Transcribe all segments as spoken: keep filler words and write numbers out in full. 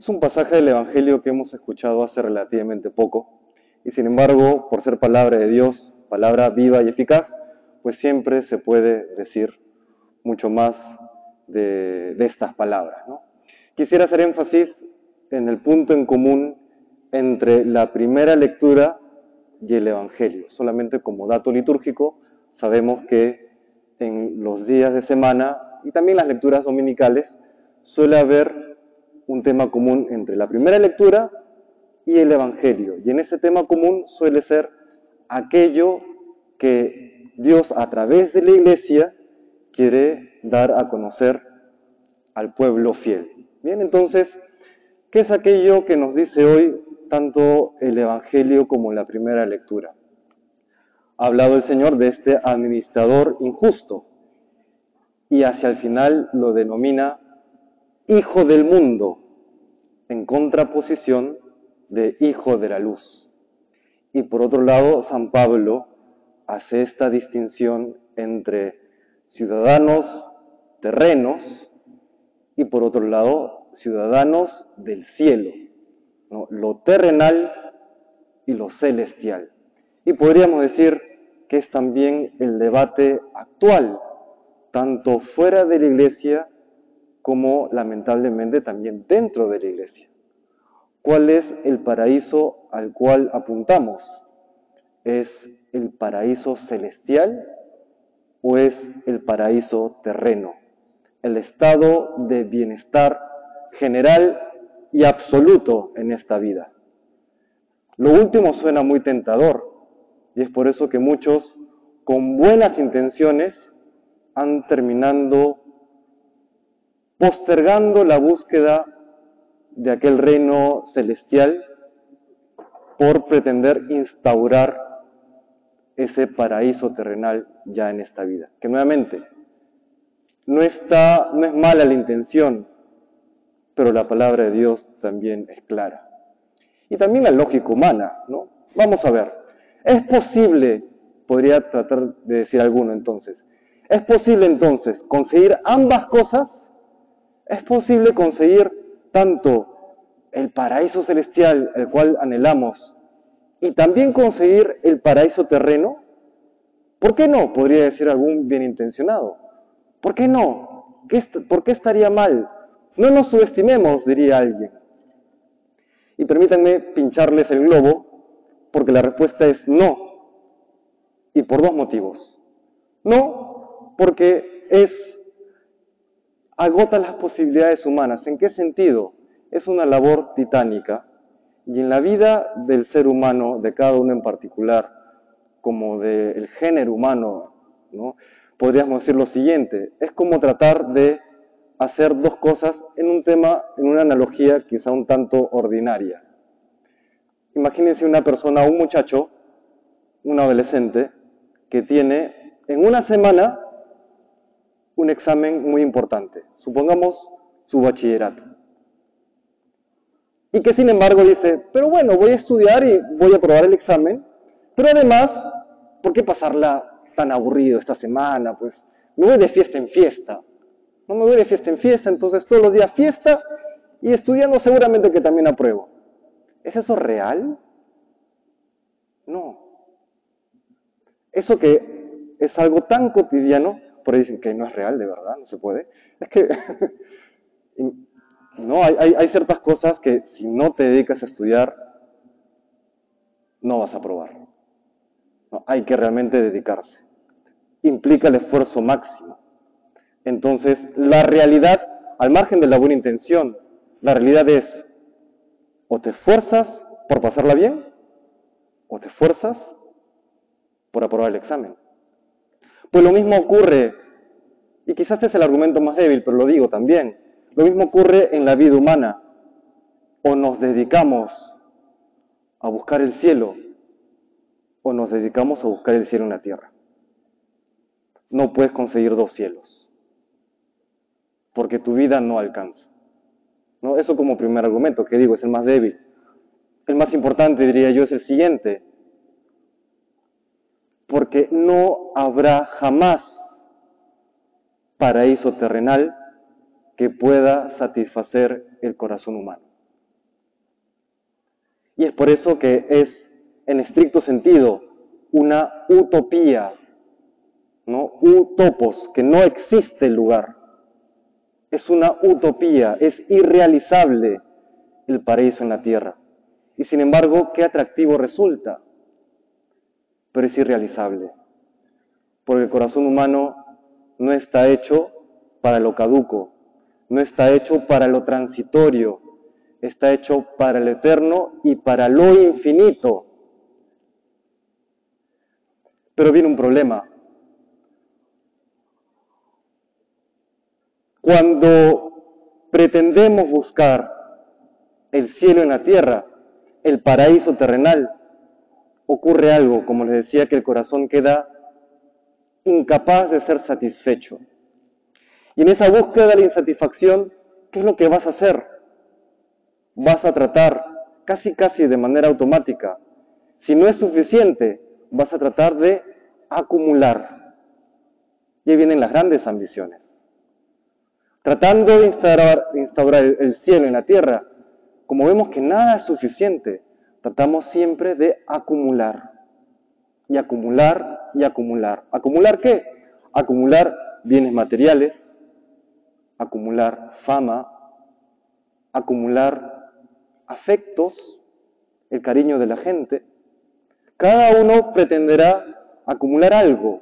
Es un pasaje del Evangelio que hemos escuchado hace relativamente poco, y sin embargo, por ser palabra de Dios, palabra viva y eficaz, pues siempre se puede decir mucho más de, de estas palabras, ¿no? Quisiera hacer énfasis en el punto en común entre la primera lectura y el Evangelio. Solamente como dato litúrgico, sabemos que en los días de semana y también las lecturas dominicales suele haber un tema común entre la primera lectura y el Evangelio. Y en ese tema común suele ser aquello que Dios a través de la Iglesia quiere dar a conocer al pueblo fiel. Bien, entonces, ¿qué es aquello que nos dice hoy tanto el Evangelio como la primera lectura? Ha hablado el Señor de este administrador injusto y hacia el final lo denomina hijo del mundo, en contraposición de hijo de la luz. Y por otro lado, San Pablo hace esta distinción entre ciudadanos terrenos y por otro lado, ciudadanos del cielo, ¿no? Lo terrenal y lo celestial. Y podríamos decir que es también el debate actual, tanto fuera de la Iglesia como lamentablemente también dentro de la Iglesia. ¿Cuál es el paraíso al cual apuntamos? ¿Es el paraíso celestial o es el paraíso terreno? El estado de bienestar general y absoluto en esta vida. Lo último suena muy tentador y es por eso que muchos con buenas intenciones han terminado postergando la búsqueda de aquel reino celestial por pretender instaurar ese paraíso terrenal ya en esta vida. Que nuevamente, no, está, no es mala la intención, pero la palabra de Dios también es clara. Y también la lógica humana, ¿no? Vamos a ver, ¿es posible, podría tratar de decir alguno entonces, ¿es posible entonces conseguir ambas cosas? ¿Es posible conseguir tanto el paraíso celestial, el cual anhelamos, y también conseguir el paraíso terreno? ¿Por qué no? Podría decir algún bien intencionado. ¿Por qué no? ¿Qué ¿Por qué estaría mal? No nos subestimemos, diría alguien. Y permítanme pincharles el globo, porque la respuesta es no. Y por dos motivos. No, porque es agota las posibilidades humanas. ¿En qué sentido? Es una labor titánica. Y en la vida del ser humano, de cada uno en particular, como del género humano, ¿no? Podríamos decir lo siguiente, es como tratar de hacer dos cosas en un tema, en una analogía quizá un tanto ordinaria. Imagínense una persona, un muchacho, un adolescente, que tiene en una semana un examen muy importante, supongamos su bachillerato. Y que sin embargo dice, pero bueno, voy a estudiar y voy a aprobar el examen, pero además, ¿por qué pasarla tan aburrido esta semana? Pues me voy de fiesta en fiesta. No me voy de fiesta en fiesta, entonces todos los días fiesta y estudiando seguramente que también apruebo. ¿Es eso real? No. Eso que es algo tan cotidiano, por ahí dicen que no es real, de verdad, no se puede. Es que no, hay, hay, hay ciertas cosas que si no te dedicas a estudiar, no vas a aprobar. No, hay que realmente dedicarse. Implica el esfuerzo máximo. Entonces, la realidad, al margen de la buena intención, la realidad es, o te esfuerzas por pasarla bien, o te esfuerzas por aprobar el examen. Pues lo mismo ocurre, y quizás este es el argumento más débil, pero lo digo también, lo mismo ocurre en la vida humana. O nos dedicamos a buscar el cielo, o nos dedicamos a buscar el cielo en la tierra. No puedes conseguir dos cielos, porque tu vida no alcanza. ¿No? Eso como primer argumento, que digo, es el más débil. El más importante, diría yo, es el siguiente. Porque no habrá jamás paraíso terrenal que pueda satisfacer el corazón humano. Y es por eso que es, en estricto sentido, una utopía, ¿no? Utopos, que no existe el lugar. Es una utopía, es irrealizable el paraíso en la tierra. Y sin embargo, qué atractivo resulta, pero es irrealizable. Porque el corazón humano no está hecho para lo caduco, no está hecho para lo transitorio, está hecho para lo eterno y para lo infinito. Pero viene un problema. Cuando pretendemos buscar el cielo en la tierra, el paraíso terrenal, ocurre algo, como les decía, que el corazón queda incapaz de ser satisfecho. Y en esa búsqueda de la insatisfacción, ¿qué es lo que vas a hacer? Vas a tratar, casi casi de manera automática, si no es suficiente, vas a tratar de acumular. Y ahí vienen las grandes ambiciones. Tratando de instaurar, instaurar el cielo en la tierra, como vemos que nada es suficiente, tratamos siempre de acumular. Y acumular y acumular. ¿Acumular qué? Acumular bienes materiales, acumular fama, acumular afectos, el cariño de la gente. Cada uno pretenderá acumular algo,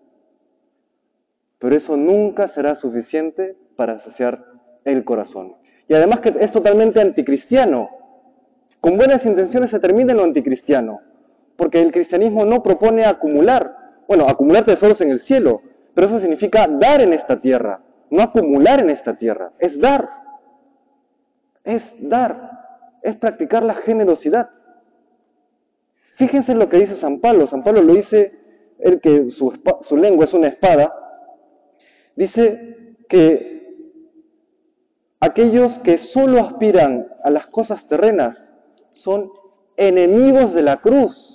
pero eso nunca será suficiente para saciar el corazón. Y además que es totalmente anticristiano. Con buenas intenciones se termina en lo anticristiano, porque el cristianismo no propone acumular, bueno, acumular tesoros en el cielo, pero eso significa dar en esta tierra, no acumular en esta tierra, es dar, es dar, es practicar la generosidad. Fíjense en lo que dice San Pablo, San Pablo lo dice, el que su, su lengua es una espada, dice que aquellos que solo aspiran a las cosas terrenas son enemigos de la cruz.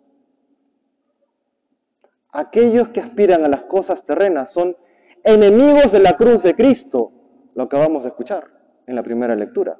Aquellos que aspiran a las cosas terrenas son enemigos de la cruz de Cristo. Lo acabamos de escuchar en la primera lectura.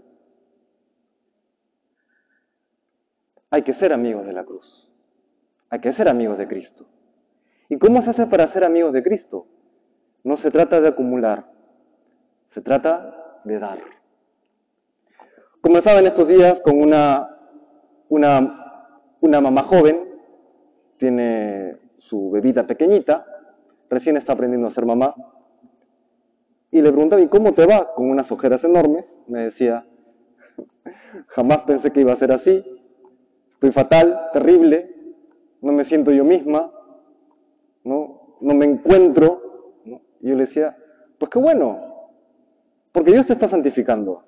Hay que ser amigos de la cruz. Hay que ser amigos de Cristo. ¿Y cómo se hace para ser amigos de Cristo? No se trata de acumular, se trata de dar. Comenzaba en estos días con una, una, una mamá joven, tiene su bebita pequeñita, recién está aprendiendo a ser mamá, y le preguntaba, ¿y cómo te va? Con unas ojeras enormes, me decía, jamás pensé que iba a ser así, estoy fatal, terrible, no me siento yo misma, no, no me encuentro, ¿no? Y yo le decía, pues qué bueno, porque Dios te está santificando.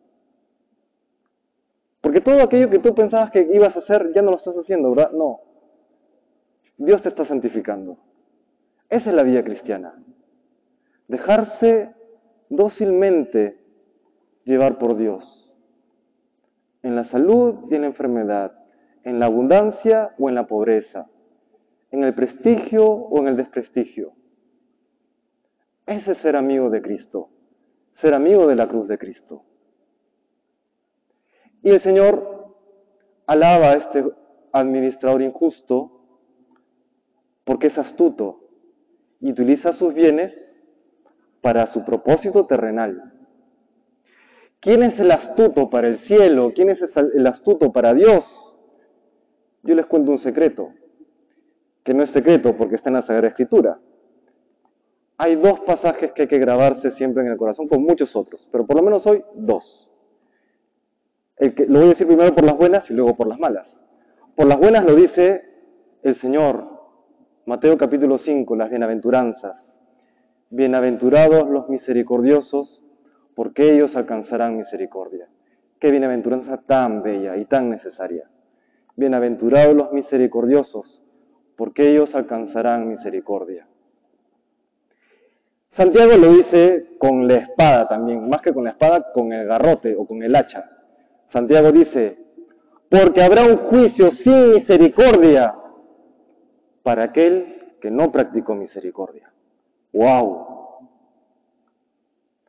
Porque todo aquello que tú pensabas que ibas a hacer, ya no lo estás haciendo, ¿verdad? No. Dios te está santificando. Esa es la vida cristiana. Dejarse dócilmente llevar por Dios. En la salud y en la enfermedad. En la abundancia o en la pobreza. En el prestigio o en el desprestigio. Ese es ser amigo de Cristo. Ser amigo de la cruz de Cristo. Y el Señor alaba a este administrador injusto porque es astuto y utiliza sus bienes para su propósito terrenal. ¿Quién es el astuto para el cielo? ¿Quién es el astuto para Dios? Yo les cuento un secreto, que no es secreto porque está en la Sagrada Escritura. Hay dos pasajes que hay que grabarse siempre en el corazón, con muchos otros, pero por lo menos hoy dos. El que, lo voy a decir primero por las buenas y luego por las malas. Por las buenas lo dice el Señor, Mateo capítulo cinco, las bienaventuranzas. Bienaventurados los misericordiosos, porque ellos alcanzarán misericordia. Qué bienaventuranza tan bella y tan necesaria. Bienaventurados los misericordiosos, porque ellos alcanzarán misericordia. Santiago lo dice con la espada también, más que con la espada, con el garrote o con el hacha. Santiago dice, porque habrá un juicio sin misericordia para aquel que no practicó misericordia. ¡Wow!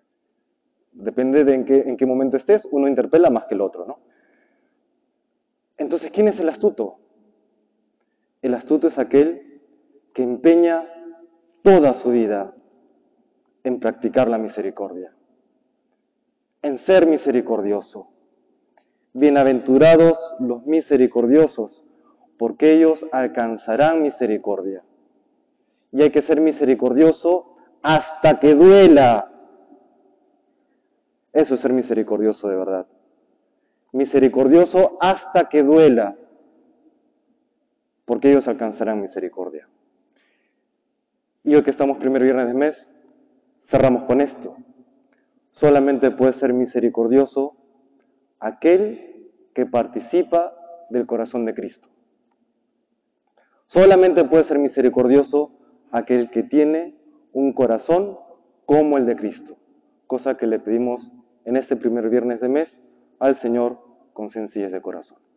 Depende de en qué, en qué momento estés, uno interpela más que el otro, ¿no? Entonces, ¿quién es el astuto? El astuto es aquel que empeña toda su vida en practicar la misericordia, en ser misericordioso. Bienaventurados los misericordiosos, porque ellos alcanzarán misericordia. Y hay que ser misericordioso hasta que duela. Eso es ser misericordioso de verdad. Misericordioso hasta que duela, porque ellos alcanzarán misericordia. Y hoy que estamos primer viernes de mes, cerramos con esto. Solamente puede ser misericordioso aquel que participa del corazón de Cristo. Solamente puede ser misericordioso aquel que tiene un corazón como el de Cristo, cosa que le pedimos en este primer viernes de mes al Señor con sencillez de corazón.